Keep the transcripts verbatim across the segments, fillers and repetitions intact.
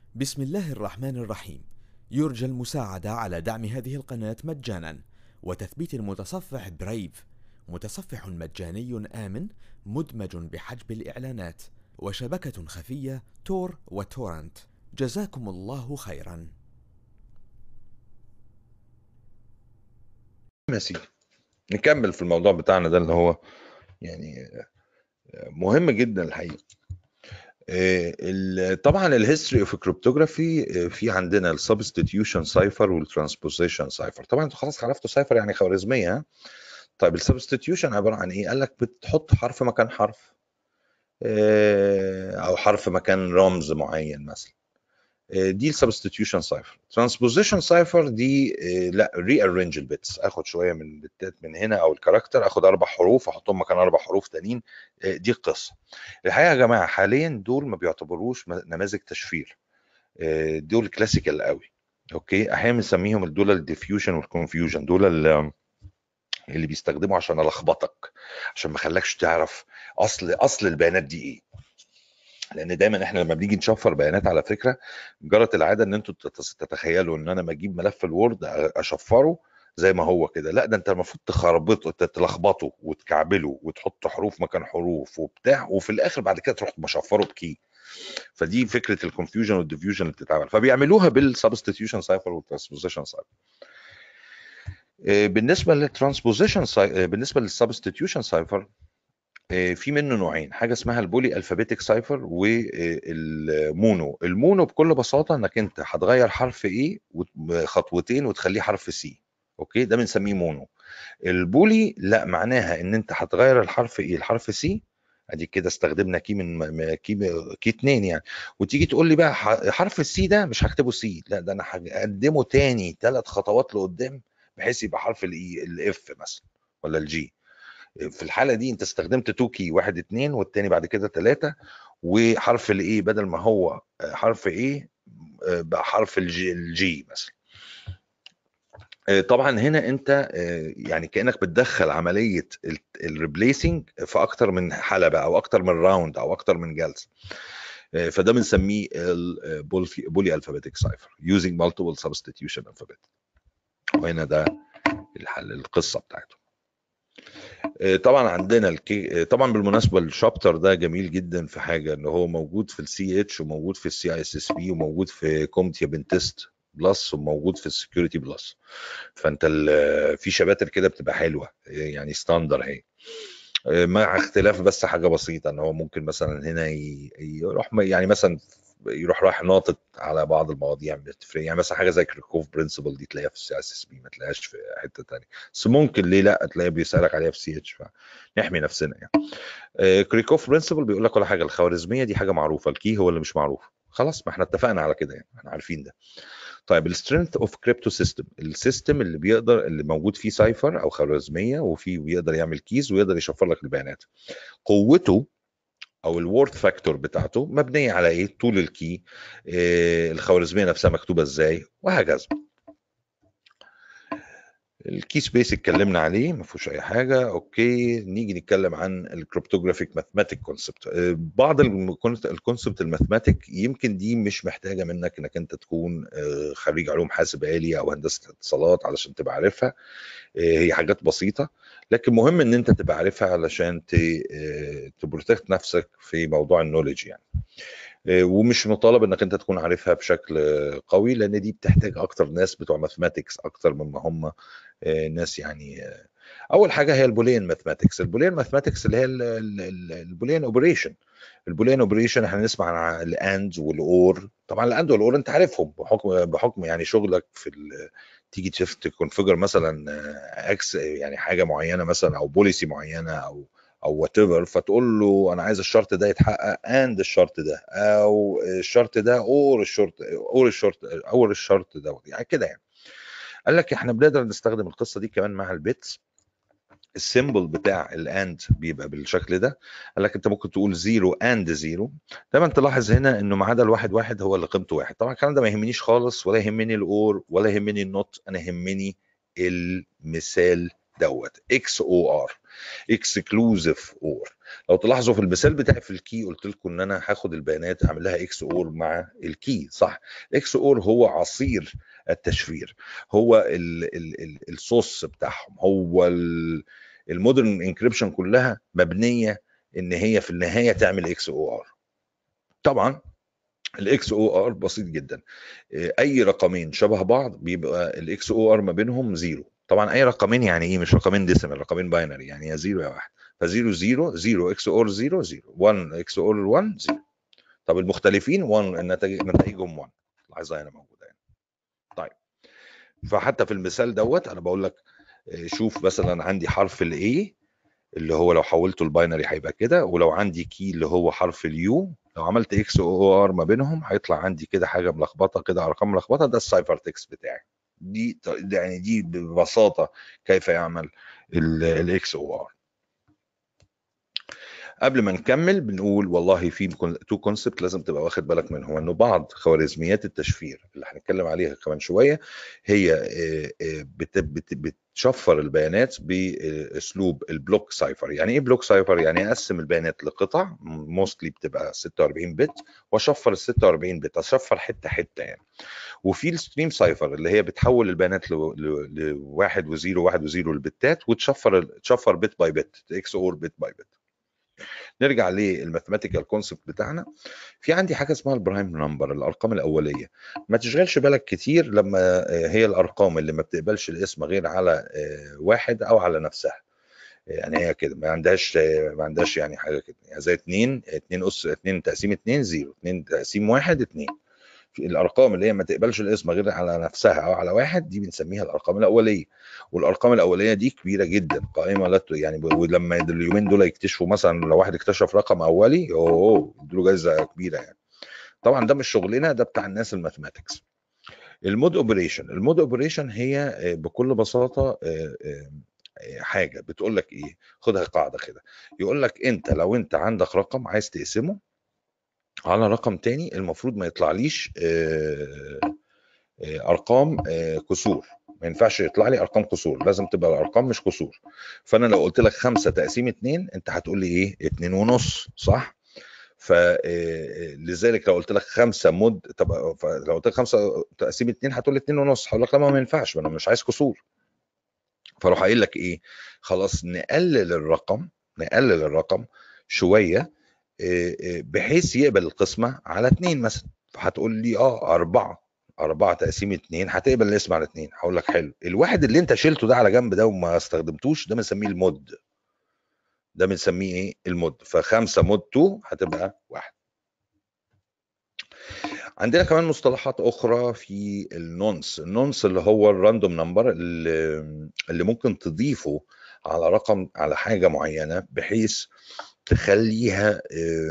بسم الله الرحمن الرحيم. يرجى المساعدة على دعم هذه القناة مجانا وتثبيت المتصفح برايف، متصفح مجاني آمن مدمج بحجب الإعلانات وشبكة خفية تور وتورنت. جزاكم الله خيرا. ماشي، نكمل في الموضوع بتاعنا ده اللي هو يعني مهم جدا الحقيقه. طبعا الهيستوري اوف كريبتوغرافي في عندنا السبستيتيوشن سايفر والترانسبوزيشن سايفر. طبعا انتوا خلاص عرفتوا سايفر يعني خوارزميه. ها طيب السبستيتيوشن عباره عن ايه؟ قال لك بتحط حرف مكان حرف او حرف مكان رمز معين مثلا. دي السبستيتيوشن سايفر. ترانسبوزيشن سايفر دي لا ري ارينج البيتس، اخد شويه من البتات من هنا او الكاركتر، اخد اربع حروف احطهم مكان اربع حروف تانيين. دي القصه. الحقيقه يا جماعه حاليا دول ما بيعتبروش نماذج تشفير، دول كلاسيكال قوي. اوكي، احيانا بنسميهم دول الديفيوجن والكونفيوجن، دول اللي بيستخدموا عشان الخبطك، عشان ما خلاكش تعرف اصل اصل البيانات دي ايه. لان دايما احنا لما بنيجي نشفر بيانات على فكره جرت العاده ان انتوا تتخيلوا ان انا لما اجيب ملف الوورد اشفره زي ما هو كده. لا، ده انت المفروض تخربطه، تلخبطه وتكعبله وتحط حروف مكان حروف وبتاع، وفي الاخر بعد كده تروح مشفره بكي. فدي فكره الكونفيوجن والديفيوجن اللي بتتعمل، فبيعملوها بالسبستيتيوشن سايفر والترانسبوزيشن سايفر. بالنسبه للترانسبوزيشن سايفر، بالنسبه للسبستيتيوشن سايفر في منه نوعين، حاجه اسمها البولي الفابيتيك سايفر والمونو. المونو بكل بساطه انك انت هتغير حرف ايه خطوتين وتخليه حرف سي. اوكي، ده بنسميه مونو. البولي لا، معناها ان انت هتغير الحرف ايه الحرف سي، ادي كده استخدمنا كي من كي كي اتنين يعني، وتيجي تقول لي بقى حرف السي ده مش هكتبه سي، لا ده انا هقدمه تاني ثلاث خطوات لقدام بحيث يبقى حرف الاي الاف مثلا ولا الجي. في الحاله دي انت استخدمت تو كي، واحد اتنين والتاني بعد كده تلاته، وحرف الايه بدل ما هو حرف ايه بقى حرف الجي, الجي مثلا. طبعا هنا انت يعني كانك بتدخل عمليه الريبليسنج في اكتر من حلبه او اكتر من راوند او اكتر من جلسه. فده بنسميه البولي الفابيتيك سايفر using multiple substitution alphabet. وهنا ده الحل القصه بتاعته. طبعا عندنا الكي، طبعا بالمناسبه الشابتر ده جميل جدا في حاجه ان هو موجود في السي اتش وموجود في السي اي اس اس بي وموجود في كومتيا بنتست بلس وموجود في السكيورتي بلس. فانت في شباتر كده بتبقى حلوه يعني ستاندر اهي، مع اختلاف بس حاجه بسيطه ان هو ممكن مثلا هنا يروح يعني مثلا يروح رايح ناطط على بعض المواضيع بتفرق، يعني مثلا حاجه زي كريكوف برنسبل دي تلاقيها في السي اس اس بي ما تلاقيهاش في حته ثانيه، بس ممكن ليه لا تلاقيه بيسالك عليها في سي اتش، فنحمي نفسنا يعني. آه كريكوف برنسبل بيقول لك ولا حاجه، الخوارزميه دي حاجه معروفه، الكي هو اللي مش معروف، خلاص ما احنا اتفقنا على كده يعني، احنا عارفين ده. طيب السترينث اوف كريبتو سيستم، السيستم اللي بيقدر اللي موجود فيه سايفر او خوارزميه وفيه بيقدر يعمل كيز ويقدر يشفر لك البيانات. قوته او الورد فاكتور بتاعته مبنيه على ايه؟ طول الكي، إيه الخوارزميه نفسها مكتوبه ازاي، وهكذا. الكي سبيس اتكلمنا عليه ما فيهوش اي حاجه. اوكي، نيجي نتكلم عن الكريبتوجرافيك ماثماتيك كونسبت. بعض الكونسبت الماثماتيك يمكن دي مش محتاجه منك انك انت تكون خريج علوم حاسب آلي او هندسه اتصالات علشان تبقى عارفها، هي حاجات بسيطه لكن مهم ان انت تبقى عارفها علشان تبروتكت نفسك في موضوع النوليدج يعني. ومش مطالب انك انت تكون عارفها بشكل قوي لان دي بتحتاج اكتر ناس بتوع ماثماتكس اكتر مما هم ناس يعني. اول حاجه هي البوليان ماثماتكس. البوليان ماثماتكس اللي هي البوليان اوبريشن. البوليان اوبريشن احنا نسمع عن الاند والاور، طبعا الاند والاور انت عارفهم بحكم بحكم يعني شغلك في تيجي تكونفيجر مثلا اكس يعني حاجه معينه مثلا او بوليسي معينه او او وات ايفر، فتقول له انا عايز الشرط ده يتحقق اند الشرط ده او الشرط ده اور الشرط اور الشرط اور الشرط ده يعني كده يعني. قال لك احنا بنقدر نستخدم القصه دي كمان مع البيتس. السيمبل بتاع الاند بيبقى بالشكل ده. قال لك انت ممكن تقول زيرو اند زيرو. دايما تلاحظ هنا انه ما عدا الواحد واحد هو اللي قيمته واحد. طبعا الكلام ده ما يهمنيش خالص ولا يهمني الاور ولا يهمني النوت، انا يهمني المثال دوت اكس او ار، اكسكلوزيف اور. لو تلاحظوا في المثال بتاعي في الكي قلت لكم ان انا هاخد البيانات اعمل لها اكس اور مع الكي، صح؟ اكس اور هو عصير التشفير، هو الصوص بتاعهم، هو المودرن انكريبشن كلها مبنيه ان هي في النهايه تعمل اكس او ار. طبعا الاكس او ار بسيط جدا، اي رقمين شبه بعض بيبقى الاكس او ار ما بينهم زيرو. طبعا اي رقمين يعني ايه؟ مش رقمين ديسيمال، رقمين باينري، يعني يا زيرو يا واحد. فزيرو زيرو زيرو اكس اور زيرو زيرو، واحد اكس اور واحد زيرو. طب المختلفين واحد النتائج نتائجهم واحد، لاحظها هنا موجوده يعني. طيب فحتى في المثال دوت انا بقول لك شوف مثلا عندي حرف الاي اللي هو لو حولته الباينري هيبقى كده، ولو عندي كي اللي هو حرف اليو لو عملت اكس او ار ما بينهم هيطلع عندي كده حاجه ملخبطه كده، ارقام ملخبطه، ده السايفر تكست بتاعي. دي يعني دي ببساطه كيف يعمل الاكس او ار. قبل ما نكمل بنقول والله في تو كونسبت لازم تبقى واخد بالك منهم، انه بعض خوارزميات التشفير اللي هنتكلم عليها كمان شويه هي بت بت بتشفر البيانات باسلوب البلوك سايفر. يعني ايه بلوك سايفر؟ يعني اقسم البيانات لقطع موستلي بتبقى ستة وأربعين بت واشفر ال ستة وأربعين بت، اشفر حته حته يعني. وفي الستريم سايفر اللي هي بتحول البيانات لواحد وزيرو واحد وزيرو البتات وتشفر تشفر بت باي بت، اكس اور بت باي بت. نرجع للماثيماتيكال كونسبت بتاعنا. في عندي حاجه اسمها البرايم نمبر، الارقام الاوليه. ما تشغلش بالك كتير لما هي الارقام اللي ما بتقبلش الاسم غير على واحد او على نفسها، يعني هي كده ما عندهاش ما عندهاش يعني حاجه كده، يعني زي اتنين اتنين اس اتنين تقسيم اتنين زيرو، اتنين تقسيم واحد اتنين. الارقام اللي هي ما تقبلش الاسم غير على نفسها او على واحد دي بنسميها الارقام الاوليه. والارقام الاوليه دي كبيره جدا، قائمه لا يعني، ولما اليومين دول يكتشفوا مثلا لو واحد اكتشف رقم اولي اوه يدوا له جايزه كبيره يعني. طبعا ده مش شغلنا، ده بتاع الناس الماثماتكس. المود اوبريشن، المود اوبريشن هي بكل بساطه حاجه بتقول لك ايه، خدها قاعده كده، يقول لك انت لو انت عندك رقم عايز تقسمه على رقم تاني المفروض ما يطلعليش ارقام كسور، ما ينفعش يطلع لي ارقام كسور، لازم تبقى الارقام مش كسور. فانا لو قلت لك خمسة تقسيم اتنين انت هتقول لي ايه؟ اتنين ونص، صح؟ فلذلك لو قلت لك خمسة مد، طب لو قلت لك خمسة تقسيم اتنين هتقول لي اتنين ونص، هقول لك لا ما ينفعش، انا مش عايز كسور. فاروح قايل لك ايه؟ خلاص نقلل الرقم، نقلل الرقم شويه بحيث يقبل القسمه على اتنين مثلا. فهتقول لي اه اربعة، أربعة تقسيم اتنين هتقبل الاسم على اتنين. هقول لك حلو، الواحد اللي انت شلته ده على جنب ده وما استخدمتوش ده بنسميه المود، ده بنسميه ايه؟ المود. فخمسة مود اتنين هتبقى واحد. عندنا كمان مصطلحات اخرى في النونس. النونس اللي هو الراندوم نمبر اللي, اللي ممكن تضيفه على رقم على حاجه معينه بحيث تخليها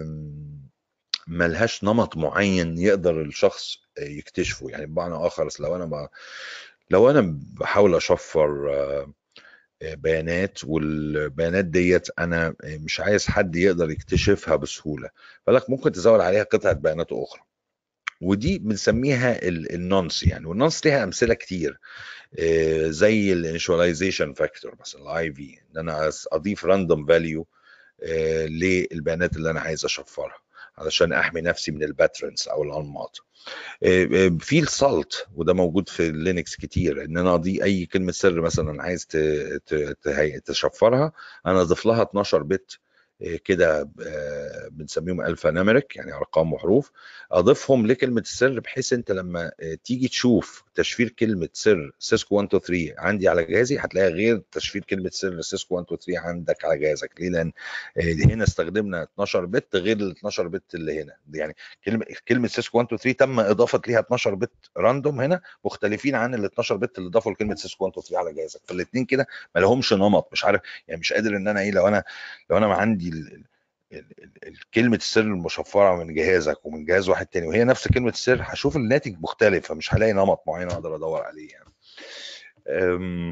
ملهاش نمط معين يقدر الشخص يكتشفه. يعني بمعنى اخر لو انا ب... لو انا بحاول اشفر بيانات والبيانات ديت انا مش عايز حد يقدر يكتشفها بسهوله، فلك ممكن تزود عليها قطعه بيانات اخرى، ودي بنسميها النونس يعني. والنونس ليها امثله كتير زي الانيشاليزيشن فاكتور مثلا الاي في، ان انا اضيف راندوم فاليو للبيانات اللي انا عايز اشفرها علشان احمي نفسي من الباترنز او الانماط. في السالت وده موجود في لينكس كتير، ان انا اضيف اي كلمه سر مثلا عايز تشفرها انا اضيف لها اتناشر بت كده بنسميهم الفا نيميريك يعني ارقام وحروف، اضيفهم لكلمه السر بحيث انت لما تيجي تشوف تشفير كلمه سر سيسكو واحد اتنين تلاتة عندي على جهازي هتلاقيها غير تشفير كلمه سر سيسكو واحد اتنين تلاتة عندك على جهازك. ليه؟ لان هنا استخدمنا اتناشر بت غير ال اتناشر بت اللي هنا، يعني كلمه كلمه سيسكو واحد اتنين تلاتة تم اضافه ليها اتناشر بت راندوم هنا مختلفين عن ال اتناشر بت اللي اضافوا لكلمه سيسكو واحد اتنين تلاتة على جهازك. فالاثنين كده ما لهمش نمط، مش عارف يعني، مش قادر ان انا ايه لو انا لو انا عندي ال كلمة السر المشفرة من جهازك ومن جهاز واحد تاني وهي نفس كلمة السر هشوف الناتج مختلف، فمش هلاقي نمط معين اقدر ادور عليه يعني. أم...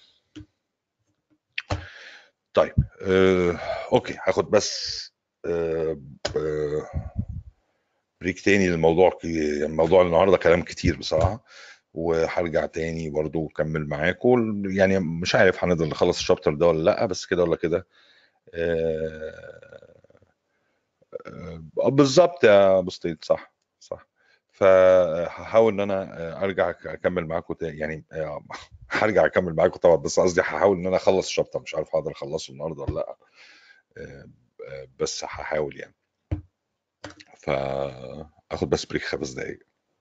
طيب أه... اوكي هاخد بس أه... أه... بريك تاني للموضوع. موضوع النهارده كلام كتير بصراحة، وهرجع تاني برضو اكمل معاكم. يعني مش عارف هنقدر نخلص الشابتر ده ولا لا، بس كده ولا كده. آه، آه، بالظبط يا ابو سطيد، صح صح. فهحاول ان انا آه، ارجع اكمل معاكم تاني يعني. آه، هرجع اكمل معاكم طبعا، بس قصدي هحاول ان انا اخلص الشابتر. مش عارف هقدر اخلصه النهارده ولا لا. آه، آه، بس هحاول يعني. فاخد بس بريك خمس دقايق.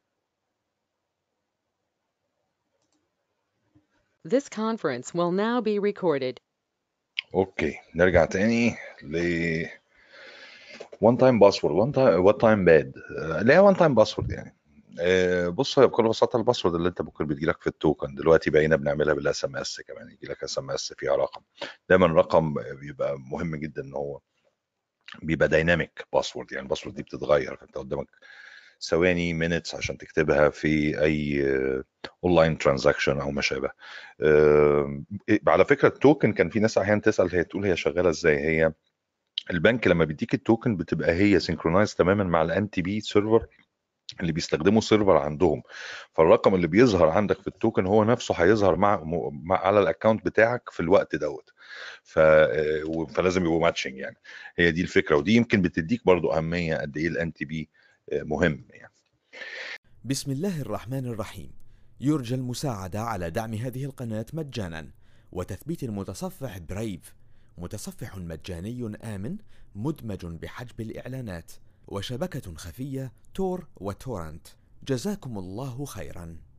This conference will now be recorded. اوكي، نرجع تاني ل وان تايم باسورد. وان تايم وات تايم باد اللي هي وان تايم باسورد يعني. آه، بص، هي بكل بساطه الباسورد اللي انت ممكن بتجيلك في التوكن دلوقتي بقينا بنعملها بالاس ام اس كمان. يجيلك اس ام اس فيها رقم. دايما الرقم بيبقى مهم جدا ان هو بيبقى دايناميك باسورد. يعني الباسورد دي بتتغير، فانت قدامك ثواني مينتس عشان تكتبها في اي اونلاين ترانزاكشن او ما شابه. آه، على فكره التوكن كان في ناس احيانا تسال هي تقول هي شغاله ازاي. هي البنك لما بيديك التوكن بتبقى هي سينكرونايز تماما مع الان تي بي سيرفر اللي بيستخدموا سيرفر عندهم. فالرقم اللي بيظهر عندك في التوكن هو نفسه هيظهر مع, مع على الاكونت بتاعك في الوقت دوت. ف... فلازم يبقوا ماتشنج يعني. هي دي الفكره، ودي يمكن بتديك برضو اهميه قد ايه الان تي بي مهم يعني. بسم الله الرحمن الرحيم. يرجى المساعدة على دعم هذه القناة مجانا وتثبيت المتصفح برايف، متصفح مجاني آمن مدمج بحجب الإعلانات وشبكة خفية تور وتورنت. جزاكم الله خيرا.